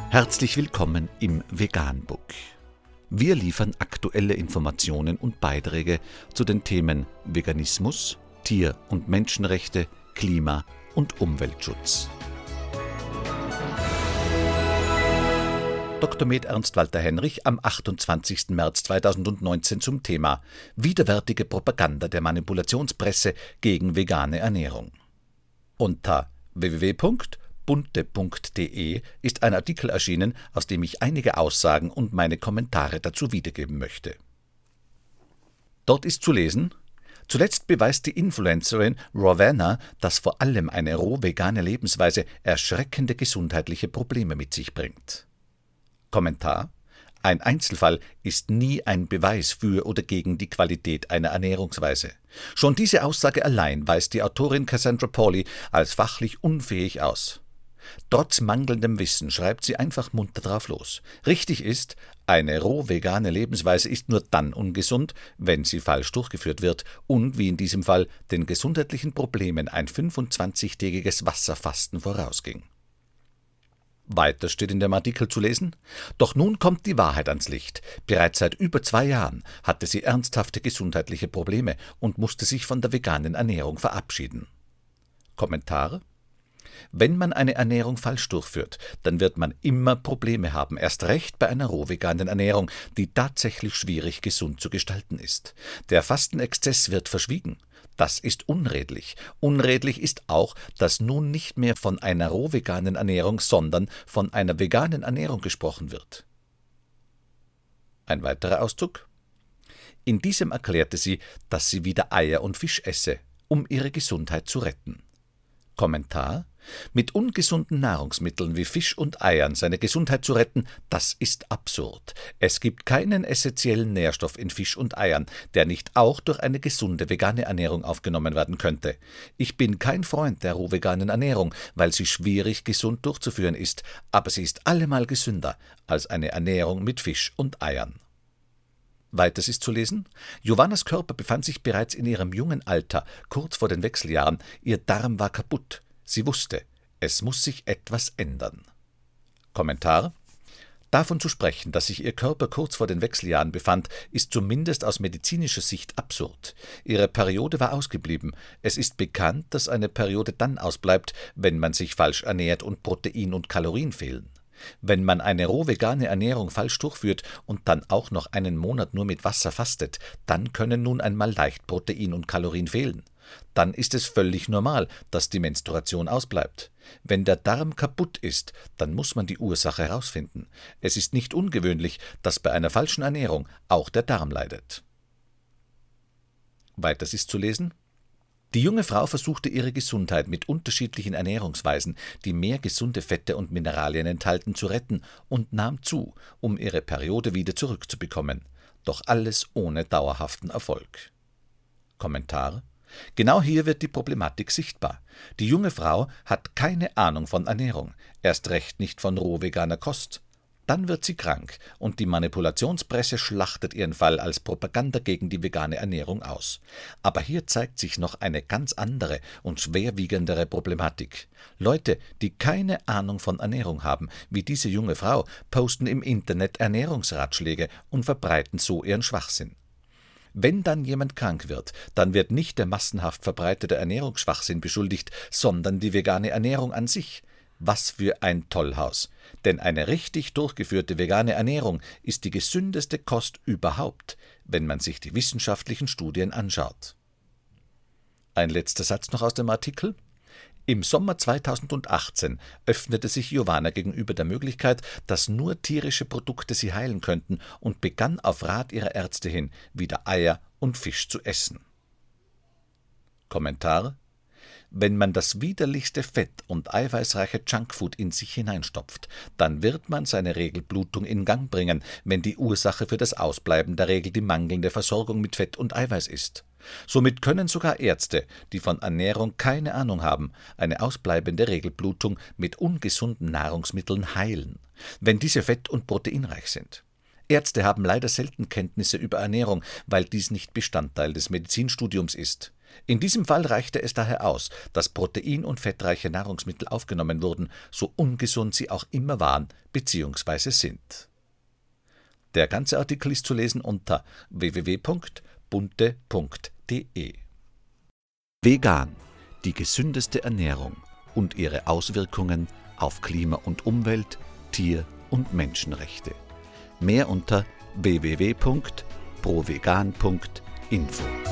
Herzlich willkommen im Veganbook. Wir liefern aktuelle Informationen und Beiträge zu den Themen Veganismus, Tier- und Menschenrechte, Klima- und Umweltschutz. Dr. med. Ernst Walter Henrich am 28. März 2019 zum Thema Widerwärtige Propaganda der Manipulationspresse gegen vegane Ernährung. Unter www.bunte.de ist ein Artikel erschienen, aus dem ich einige Aussagen und meine Kommentare dazu wiedergeben möchte. Dort ist zu lesen: Zuletzt beweist die Influencerin Rowena, dass vor allem eine roh vegane Lebensweise erschreckende gesundheitliche Probleme mit sich bringt. Kommentar: Ein Einzelfall ist nie ein Beweis für oder gegen die Qualität einer Ernährungsweise. Schon diese Aussage allein weist die Autorin Cassandra Pauly als fachlich unfähig aus. Trotz mangelndem Wissen schreibt sie einfach munter drauf los. Richtig ist, eine roh vegane Lebensweise ist nur dann ungesund, wenn sie falsch durchgeführt wird und, wie in diesem Fall, den gesundheitlichen Problemen ein 25-tägiges Wasserfasten vorausging. Weiter steht in dem Artikel zu lesen: Doch nun kommt die Wahrheit ans Licht. Bereits seit über 2 Jahren hatte sie ernsthafte gesundheitliche Probleme und musste sich von der veganen Ernährung verabschieden. Kommentar: Wenn man eine Ernährung falsch durchführt, dann wird man immer Probleme haben, erst recht bei einer roh veganen Ernährung, die tatsächlich schwierig gesund zu gestalten ist. Der Fastenexzess wird verschwiegen. Das ist unredlich. Unredlich ist auch, dass nun nicht mehr von einer roh veganen Ernährung, sondern von einer veganen Ernährung gesprochen wird. Ein weiterer Auszug: In diesem erklärte sie, dass sie wieder Eier und Fisch esse, um ihre Gesundheit zu retten. Kommentar: Mit ungesunden Nahrungsmitteln wie Fisch und Eiern seine Gesundheit zu retten, das ist absurd. Es gibt keinen essentiellen Nährstoff in Fisch und Eiern, der nicht auch durch eine gesunde vegane Ernährung aufgenommen werden könnte. Ich bin kein Freund der roh veganen Ernährung, weil sie schwierig gesund durchzuführen ist, aber sie ist allemal gesünder als eine Ernährung mit Fisch und Eiern. Weiters ist zu lesen: Giovannas Körper befand sich bereits in ihrem jungen Alter, kurz vor den Wechseljahren. Ihr Darm war kaputt. Sie wusste, es muss sich etwas ändern. Kommentar: Davon zu sprechen, dass sich ihr Körper kurz vor den Wechseljahren befand, ist zumindest aus medizinischer Sicht absurd. Ihre Periode war ausgeblieben. Es ist bekannt, dass eine Periode dann ausbleibt, wenn man sich falsch ernährt und Protein und Kalorien fehlen. Wenn man eine roh vegane Ernährung falsch durchführt und dann auch noch einen Monat nur mit Wasser fastet, dann können nun einmal leicht Protein und Kalorien fehlen. Dann ist es völlig normal, dass die Menstruation ausbleibt. Wenn der Darm kaputt ist, dann muss man die Ursache herausfinden. Es ist nicht ungewöhnlich, dass bei einer falschen Ernährung auch der Darm leidet. Weiters ist zu lesen: Die junge Frau versuchte ihre Gesundheit mit unterschiedlichen Ernährungsweisen, die mehr gesunde Fette und Mineralien enthalten, zu retten und nahm zu, um ihre Periode wieder zurückzubekommen. Doch alles ohne dauerhaften Erfolg. Kommentar: Genau hier wird die Problematik sichtbar. Die junge Frau hat keine Ahnung von Ernährung, erst recht nicht von roh veganer Kost. Dann wird sie krank und die Manipulationspresse schlachtet ihren Fall als Propaganda gegen die vegane Ernährung aus. Aber hier zeigt sich noch eine ganz andere und schwerwiegendere Problematik. Leute, die keine Ahnung von Ernährung haben, wie diese junge Frau, posten im Internet Ernährungsratschläge und verbreiten so ihren Schwachsinn. Wenn dann jemand krank wird, dann wird nicht der massenhaft verbreitete Ernährungsschwachsinn beschuldigt, sondern die vegane Ernährung an sich. Was für ein Tollhaus! Denn eine richtig durchgeführte vegane Ernährung ist die gesündeste Kost überhaupt, wenn man sich die wissenschaftlichen Studien anschaut. Ein letzter Satz noch aus dem Artikel: Im Sommer 2018 öffnete sich Giovanna gegenüber der Möglichkeit, dass nur tierische Produkte sie heilen könnten, und begann auf Rat ihrer Ärzte hin, wieder Eier und Fisch zu essen. Kommentar: Wenn man das widerlichste Fett und eiweißreiche Junkfood in sich hineinstopft, dann wird man seine Regelblutung in Gang bringen, wenn die Ursache für das Ausbleiben der Regel die mangelnde Versorgung mit Fett und Eiweiß ist. Somit können sogar Ärzte, die von Ernährung keine Ahnung haben, eine ausbleibende Regelblutung mit ungesunden Nahrungsmitteln heilen, wenn diese fett- und proteinreich sind. Ärzte haben leider selten Kenntnisse über Ernährung, weil dies nicht Bestandteil des Medizinstudiums ist. In diesem Fall reichte es daher aus, dass protein- und fettreiche Nahrungsmittel aufgenommen wurden, so ungesund sie auch immer waren bzw. sind. Der ganze Artikel ist zu lesen unter www.bunte.de. Vegan, die gesündeste Ernährung und ihre Auswirkungen auf Klima und Umwelt, Tier- und Menschenrechte. Mehr unter www.provegan.info.